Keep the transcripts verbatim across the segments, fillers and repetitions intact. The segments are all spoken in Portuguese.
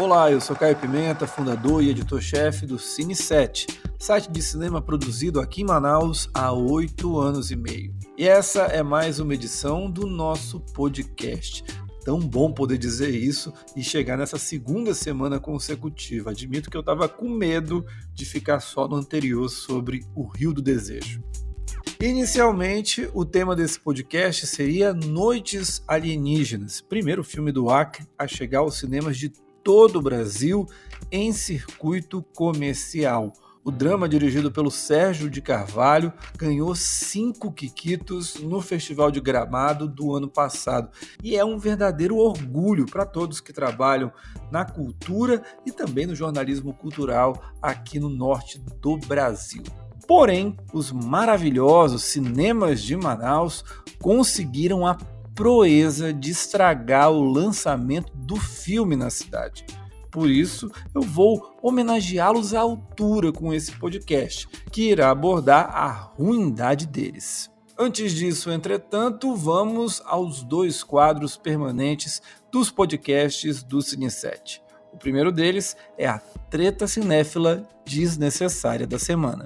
Olá, eu sou Caio Pimenta, fundador e editor-chefe do Cine sete, site de cinema produzido aqui em Manaus há oito anos e meio. E essa é mais uma edição do nosso podcast. Tão bom poder dizer isso e chegar nessa segunda semana consecutiva. Admito que eu estava com medo de ficar só no anterior sobre o Rio do Desejo. Inicialmente, o tema desse podcast seria Noites Alienígenas, primeiro filme do Acre a chegar aos cinemas de todo o Brasil em circuito comercial. O drama, dirigido pelo Sérgio de Carvalho, ganhou cinco quiquitos no Festival de Gramado do ano passado. E é um verdadeiro orgulho para todos que trabalham na cultura e também no jornalismo cultural aqui no norte do Brasil. Porém, os maravilhosos cinemas de Manaus conseguiram a proeza de estragar o lançamento do filme na cidade. Por isso, eu vou homenageá-los à altura com esse podcast, que irá abordar a ruindade deles. Antes disso, entretanto, vamos aos dois quadros permanentes dos podcasts do Cine sete. O primeiro deles é a treta cinéfila desnecessária da semana.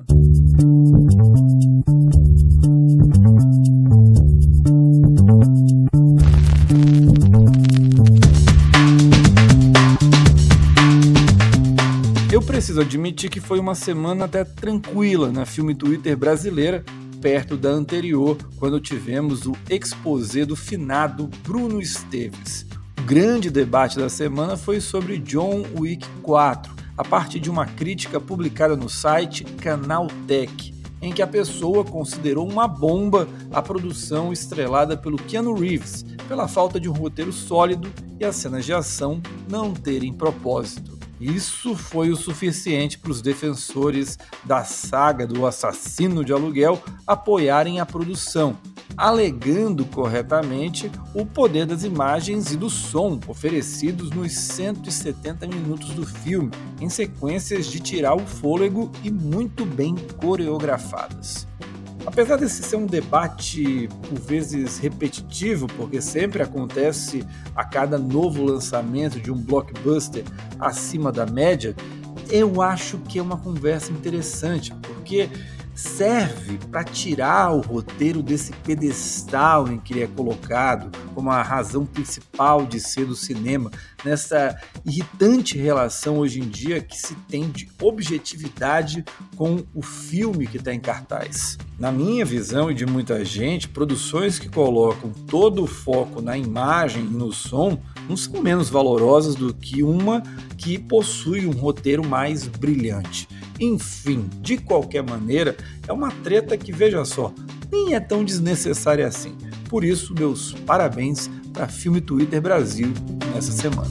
Eu preciso admitir que foi uma semana até tranquila na Filme Twitter brasileira, perto da anterior, quando tivemos o exposé do finado Bruno Esteves. O grande debate da semana foi sobre John Wick quatro, a partir de uma crítica publicada no site Canaltech, em que a pessoa considerou uma bomba a produção estrelada pelo Keanu Reeves, pela falta de um roteiro sólido e as cenas de ação não terem propósito. Isso foi o suficiente para os defensores da saga do assassino de aluguel apoiarem a produção, alegando corretamente o poder das imagens e do som oferecidos nos cento e setenta minutos do filme, em sequências de tirar o fôlego e muito bem coreografadas. Apesar desse ser um debate por vezes repetitivo, porque sempre acontece a cada novo lançamento de um blockbuster acima da média, eu acho que é uma conversa interessante, porque serve para tirar o roteiro desse pedestal em que ele é colocado como a razão principal de ser do cinema, nessa irritante relação hoje em dia que se tem de objetividade com o filme que está em cartaz. Na minha visão e de muita gente, produções que colocam todo o foco na imagem e no som não são menos valorosas do que uma que possui um roteiro mais brilhante. Enfim, de qualquer maneira, é uma treta que, veja só, nem é tão desnecessária assim. Por isso, meus parabéns para Filme Twitter Brasil nessa semana.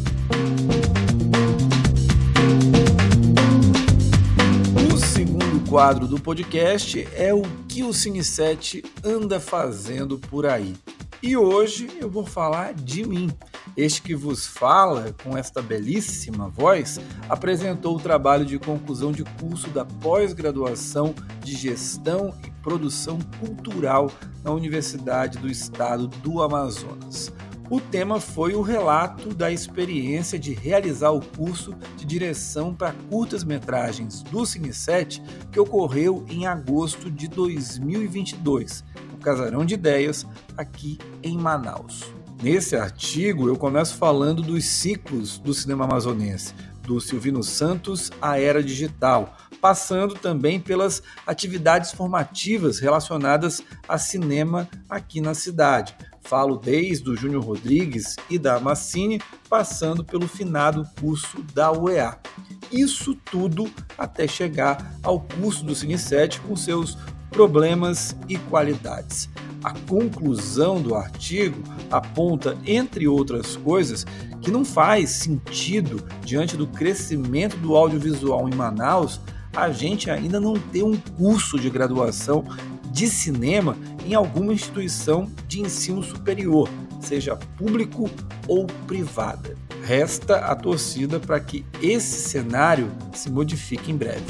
O segundo quadro do podcast é o que o Cine sete anda fazendo por aí. E hoje eu vou falar de mim. Este que vos fala, com esta belíssima voz, apresentou o trabalho de conclusão de curso da pós-graduação de Gestão e Produção Cultural na Universidade do Estado do Amazonas. O tema foi o relato da experiência de realizar o curso de direção para curtas-metragens do Cine sete, que ocorreu em agosto de dois mil e vinte e dois, no Casarão de Ideias, aqui em Manaus. Nesse artigo, eu começo falando dos ciclos do cinema amazonense, do Silvino Santos à era digital, passando também pelas atividades formativas relacionadas a cinema aqui na cidade. Falo desde o Júnior Rodrigues e da Massini, passando pelo finado curso da U E A. Isso tudo até chegar ao curso do Cine sete com seus problemas e qualidades. A conclusão do artigo aponta, entre outras coisas, que não faz sentido, diante do crescimento do audiovisual em Manaus, a gente ainda não ter um curso de graduação de cinema em alguma instituição de ensino superior, seja público ou privada. Resta a torcida para que esse cenário se modifique em breve.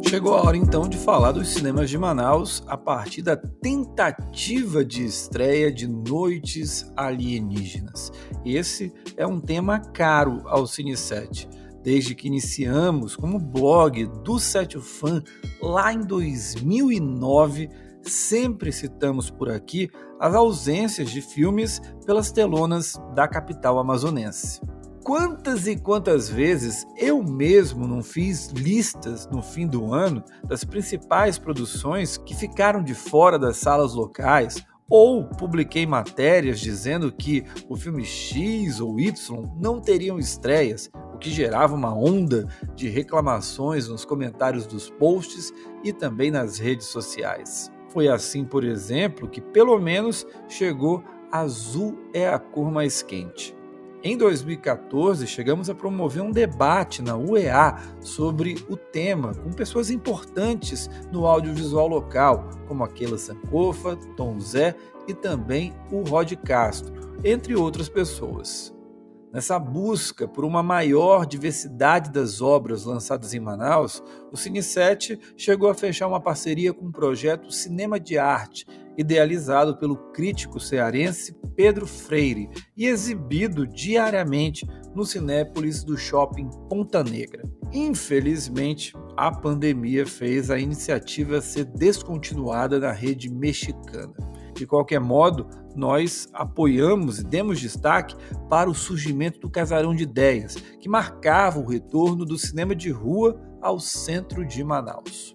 Chegou a hora então de falar dos cinemas de Manaus a partir da tentativa de estreia de Noites Alienígenas. Esse é um tema caro ao Cine sete. Desde que iniciamos como blog do Sete Fã lá em dois mil e nove, sempre citamos por aqui as ausências de filmes pelas telonas da capital amazonense. Quantas e quantas vezes eu mesmo não fiz listas no fim do ano das principais produções que ficaram de fora das salas locais, ou publiquei matérias dizendo que o filme X ou Y não teriam estreias, o que gerava uma onda de reclamações nos comentários dos posts e também nas redes sociais. Foi assim, por exemplo, que pelo menos chegou Azul é a Cor Mais Quente. Em dois mil e quatorze, chegamos a promover um debate na U E A sobre o tema, com pessoas importantes no audiovisual local, como Aquila Sankofa, Tom Zé e também o Rod Castro, entre outras pessoas. Nessa busca por uma maior diversidade das obras lançadas em Manaus, o Cine sete chegou a fechar uma parceria com o projeto Cinema de Arte, idealizado pelo crítico cearense Pedro Freire e exibido diariamente no Cinépolis do Shopping Ponta Negra. Infelizmente, a pandemia fez a iniciativa ser descontinuada na rede mexicana. De qualquer modo, nós apoiamos e demos destaque para o surgimento do Casarão de Ideias, que marcava o retorno do cinema de rua ao centro de Manaus.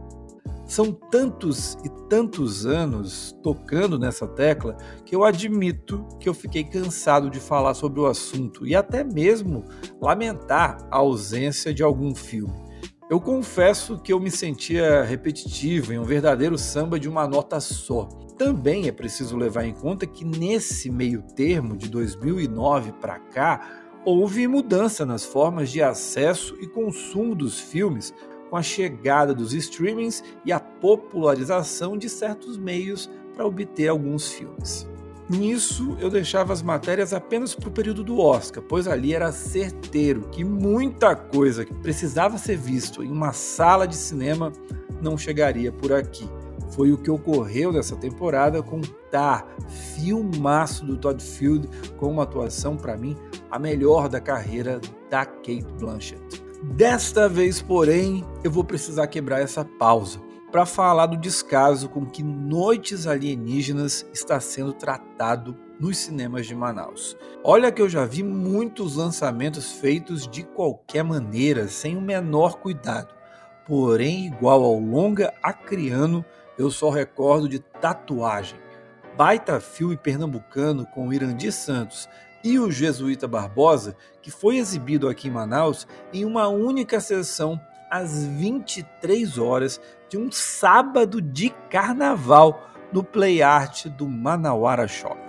São tantos e tantos anos tocando nessa tecla que eu admito que eu fiquei cansado de falar sobre o assunto e até mesmo lamentar a ausência de algum filme. Eu confesso que eu me sentia repetitivo em um verdadeiro samba de uma nota só. Também é preciso levar em conta que nesse meio termo de dois mil e nove para cá, houve mudança nas formas de acesso e consumo dos filmes, com a chegada dos streamings e a popularização de certos meios para obter alguns filmes. Nisso, eu deixava as matérias apenas para o período do Oscar, pois ali era certeiro que muita coisa que precisava ser visto em uma sala de cinema não chegaria por aqui. Foi o que ocorreu nessa temporada com Tar, filmaço do Todd Field, com uma atuação, para mim, a melhor da carreira da Cate Blanchett. Desta vez, porém, eu vou precisar quebrar essa pausa para falar do descaso com que Noites Alienígenas está sendo tratado nos cinemas de Manaus. Olha que eu já vi muitos lançamentos feitos de qualquer maneira, sem o menor cuidado. Porém, igual ao longa Acriano, eu só recordo de Tatuagem, baita filme pernambucano com o Irandir Santos e o Jesuíta Barbosa, que foi exibido aqui em Manaus em uma única sessão às vinte e três horas de um sábado de carnaval no Play Art do Manauara Shopping.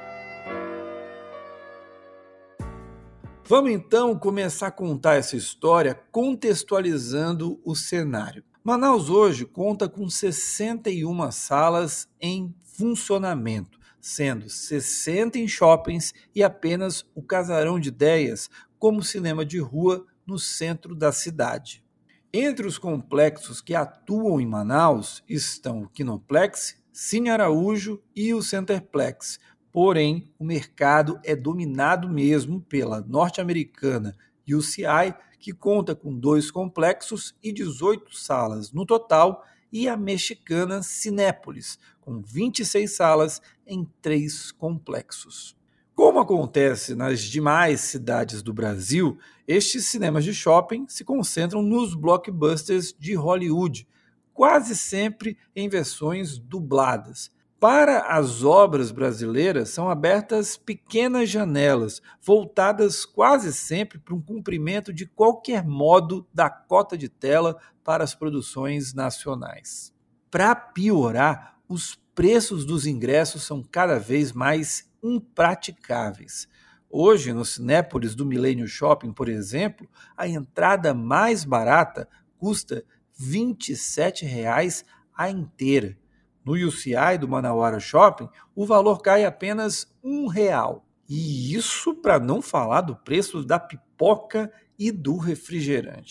Vamos então começar a contar essa história contextualizando o cenário. Manaus hoje conta com sessenta e uma salas em funcionamento, sendo sessenta em shoppings e apenas o Casarão de Ideias como cinema de rua no centro da cidade. Entre os complexos que atuam em Manaus estão o Kinoplex, Cine Araújo e o Centerplex. Porém, o mercado é dominado mesmo pela norte-americana U C I, que conta com dois complexos e dezoito salas no total, e a mexicana Cinépolis, com vinte e seis salas em três complexos. Como acontece nas demais cidades do Brasil, estes cinemas de shopping se concentram nos blockbusters de Hollywood, quase sempre em versões dubladas. Para as obras brasileiras são abertas pequenas janelas, voltadas quase sempre para um cumprimento de qualquer modo da cota de tela para as produções nacionais. Para piorar, os preços dos ingressos são cada vez mais impraticáveis. Hoje, no Cinépolis do Millennium Shopping, por exemplo, a entrada mais barata custa vinte e sete reais a inteira. No U C I do Manauara Shopping, o valor cai apenas um real. E isso para não falar do preço da pipoca e do refrigerante.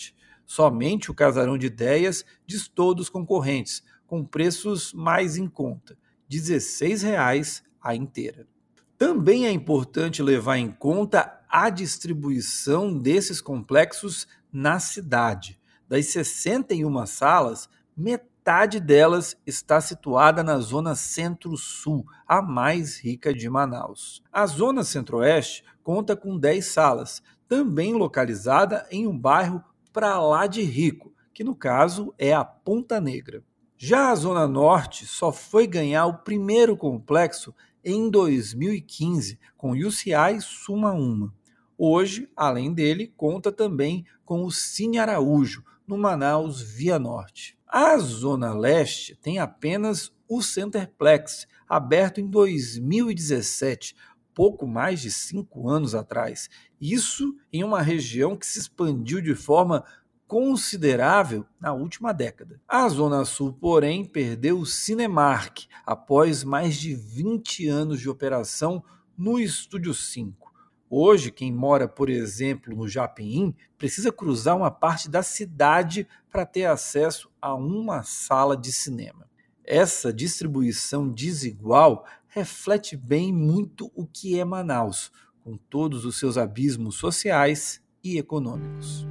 Somente o Casarão de Ideias destoou dos concorrentes, com preços mais em conta, dezesseis reais a inteira. Também é importante levar em conta a distribuição desses complexos na cidade. Das sessenta e uma salas, metade delas está situada na zona centro-sul, a mais rica de Manaus. A zona centro-oeste conta com dez salas, também localizada em um bairro para lá de rico, que no caso é a Ponta Negra. Já a zona norte só foi ganhar o primeiro complexo em dois mil e quinze, com o U C I Suma Uma. Hoje, além dele, conta também com o Cine Araújo, no Manaus Via Norte. A Zona Leste tem apenas o Centerplex, aberto em dois mil e dezessete, pouco mais de cinco anos atrás. Isso em uma região que se expandiu de forma considerável na última década. A Zona Sul, porém, perdeu o Cinemark após mais de vinte anos de operação no Estúdio cinco. Hoje, quem mora, por exemplo, no Japim, precisa cruzar uma parte da cidade para ter acesso a uma sala de cinema. Essa distribuição desigual reflete bem muito o que é Manaus, com todos os seus abismos sociais e econômicos.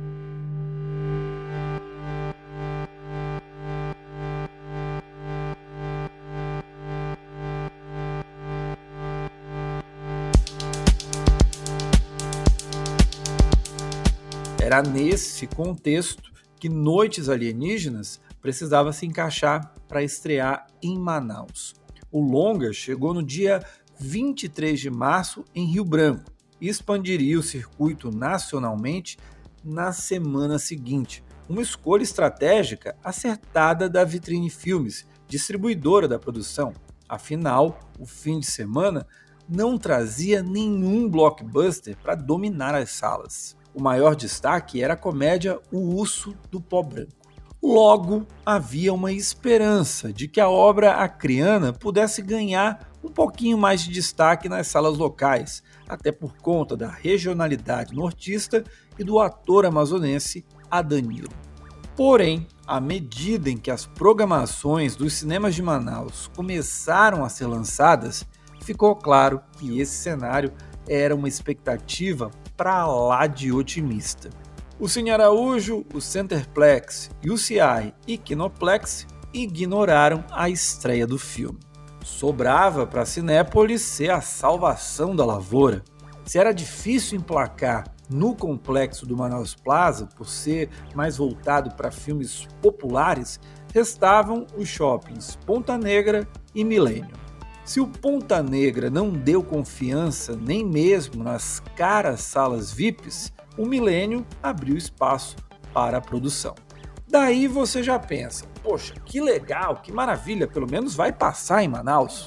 Era nesse contexto que Noites Alienígenas precisava se encaixar para estrear em Manaus. O longa chegou no dia vinte e três de março em Rio Branco e expandiria o circuito nacionalmente na semana seguinte. Uma escolha estratégica acertada da Vitrine Filmes, distribuidora da produção. Afinal, o fim de semana não trazia nenhum blockbuster para dominar as salas. O maior destaque era a comédia O Urso do Pó Branco. Logo, havia uma esperança de que a obra acreana pudesse ganhar um pouquinho mais de destaque nas salas locais, até por conta da regionalidade nortista e do ator amazonense Adanilo. Porém, à medida em que as programações dos cinemas de Manaus começaram a ser lançadas, ficou claro que esse cenário era uma expectativa para lá de otimista. O Cine Araújo, o Centerplex, U C I e Kinoplex ignoraram a estreia do filme. Sobrava para a Cinépolis ser a salvação da lavoura. Se era difícil emplacar no complexo do Manaus Plaza, por ser mais voltado para filmes populares, restavam os shoppings Ponta Negra e Milênio. Se o Ponta Negra não deu confiança nem mesmo nas caras salas V I Ps, o Milênio abriu espaço para a produção. Daí você já pensa, poxa, que legal, que maravilha, pelo menos vai passar em Manaus.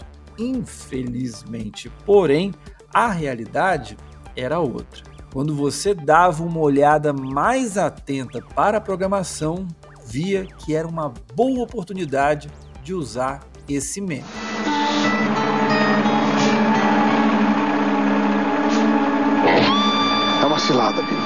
Infelizmente, porém, a realidade era outra. Quando você dava uma olhada mais atenta para a programação, via que era uma boa oportunidade de usar esse meme. É uma cilada, Bino.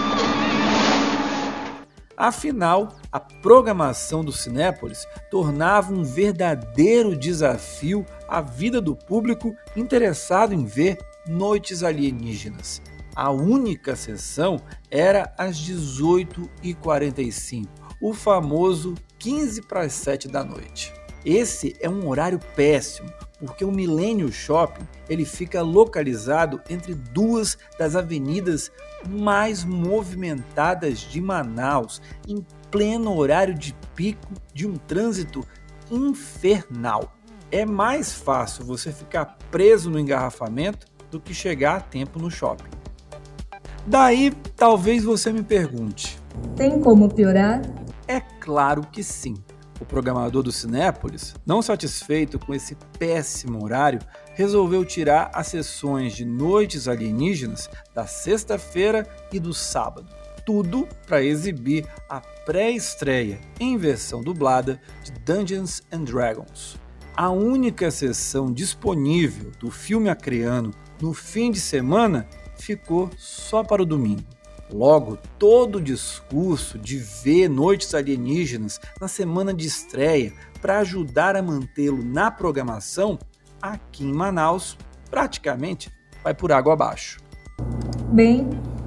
Afinal, a programação do Cinépolis tornava um verdadeiro desafio à vida do público interessado em ver Noites Alienígenas. A única sessão era às dezoito e quarenta e cinco, o famoso quinze para as sete da noite. Esse é um horário péssimo, porque o Millennium Shopping ele fica localizado entre duas das avenidas mais movimentadas de Manaus, em pleno horário de pico de um trânsito infernal. É mais fácil você ficar preso no engarrafamento do que chegar a tempo no shopping. Daí, talvez você me pergunte: tem como piorar? É claro que sim. O programador do Cinépolis, não satisfeito com esse péssimo horário, resolveu tirar as sessões de Noites Alienígenas da sexta-feira e do sábado. Tudo para exibir a pré-estreia, em versão dublada, de Dungeons and Dragons. A única sessão disponível do filme acreano no fim de semana ficou só para o domingo. Logo, todo o discurso de ver Noites Alienígenas na semana de estreia para ajudar a mantê-lo na programação, aqui em Manaus, praticamente vai por água abaixo. Bem,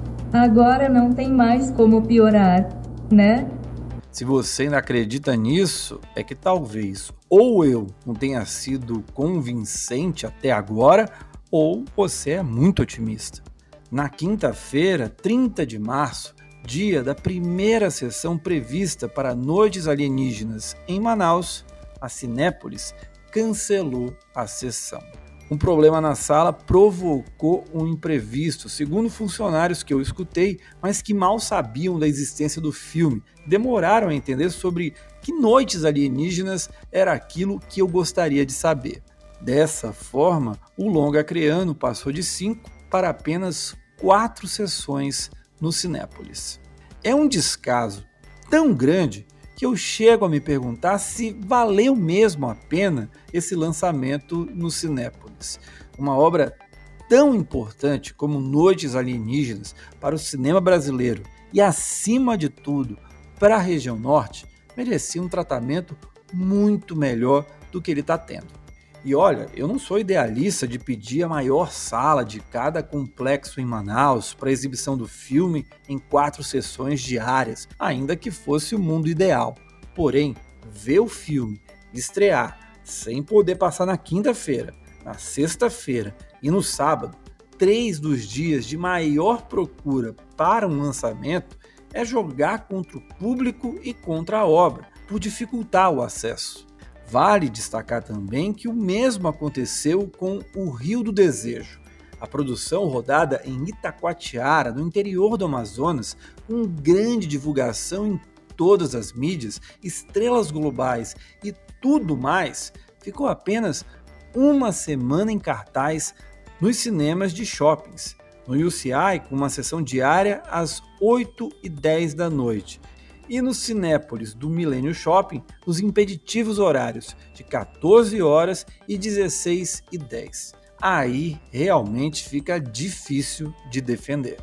agora não tem mais como piorar, né? Se você ainda acredita nisso, é que talvez ou eu não tenha sido convincente até agora, ou você é muito otimista. Na quinta-feira, trinta de março, dia da primeira sessão prevista para Noites Alienígenas em Manaus, a Cinépolis cancelou a sessão. Um problema na sala provocou um imprevisto, segundo funcionários que eu escutei, mas que mal sabiam da existência do filme. Demoraram a entender sobre que Noites Alienígenas era aquilo que eu gostaria de saber. Dessa forma, o longa acreano passou de cinco para apenas quatro sessões no Cinépolis. É um descaso tão grande que eu chego a me perguntar se valeu mesmo a pena esse lançamento no Cinépolis. Uma obra tão importante como Noites Alienígenas para o cinema brasileiro e, acima de tudo, para a região norte, merecia um tratamento muito melhor do que ele está tendo. E olha, eu não sou idealista de pedir a maior sala de cada complexo em Manaus para a exibição do filme em quatro sessões diárias, ainda que fosse o mundo ideal. Porém, ver o filme estrear sem poder passar na quinta-feira, na sexta-feira e no sábado, três dos dias de maior procura para um lançamento, é jogar contra o público e contra a obra, por dificultar o acesso. Vale destacar também que o mesmo aconteceu com O Rio do Desejo, a produção rodada em Itacoatiara, no interior do Amazonas, com grande divulgação em todas as mídias, estrelas globais e tudo mais, ficou apenas uma semana em cartaz nos cinemas de shoppings, no U C I com uma sessão diária às oito e dez da noite, e no Cinépolis do Millennium Shopping, os impeditivos horários de quatorze horas e dezesseis e dez. Aí realmente fica difícil de defender.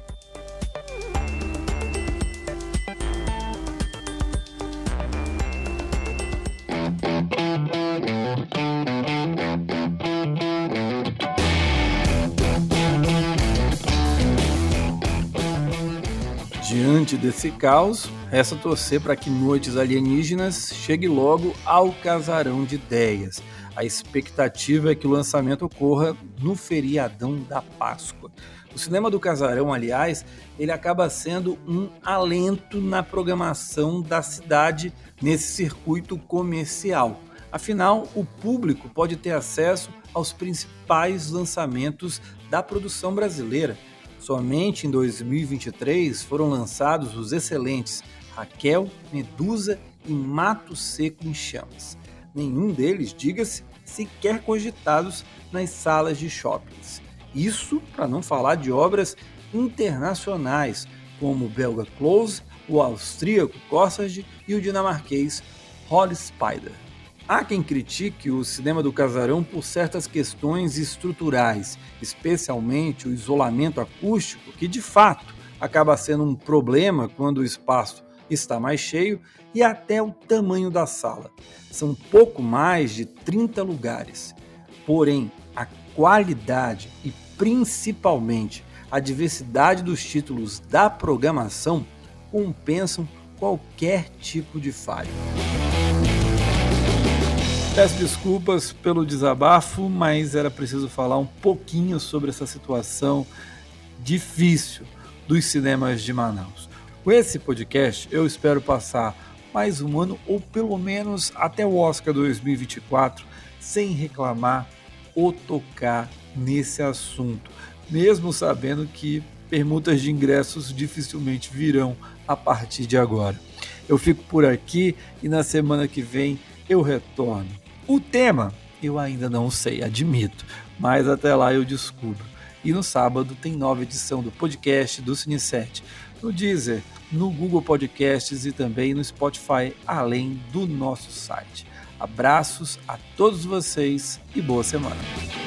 Diante desse caos, resta torcer para que Noites Alienígenas chegue logo ao Casarão de Ideias. A expectativa é que o lançamento ocorra no feriadão da Páscoa. O cinema do Casarão, aliás, ele acaba sendo um alento na programação da cidade nesse circuito comercial. Afinal, o público pode ter acesso aos principais lançamentos da produção brasileira. Somente em dois mil e vinte e três foram lançados os excelentes Raquel, Medusa e Mato Seco em Chamas. Nenhum deles, diga-se, sequer cogitados nas salas de shoppings. Isso para não falar de obras internacionais, como o belga Close, o austríaco Corsage e o dinamarquês Holy Spider. Há quem critique o cinema do Casarão por certas questões estruturais, especialmente o isolamento acústico, que de fato acaba sendo um problema quando o espaço está mais cheio, e até o tamanho da sala. São pouco mais de trinta lugares. Porém, a qualidade e principalmente a diversidade dos títulos da programação compensam qualquer tipo de falha. Peço desculpas pelo desabafo, mas era preciso falar um pouquinho sobre essa situação difícil dos cinemas de Manaus. Com esse podcast, eu espero passar mais um ano, ou pelo menos até o Oscar dois mil e vinte e quatro, sem reclamar ou tocar nesse assunto, mesmo sabendo que permutas de ingressos dificilmente virão a partir de agora. Eu fico por aqui e na semana que vem eu retorno. O tema eu ainda não sei, admito, mas até lá eu descubro. E no sábado tem nova edição do podcast do Cine sete, no Deezer, no Google Podcasts e também no Spotify, além do nosso site. Abraços a todos vocês e boa semana.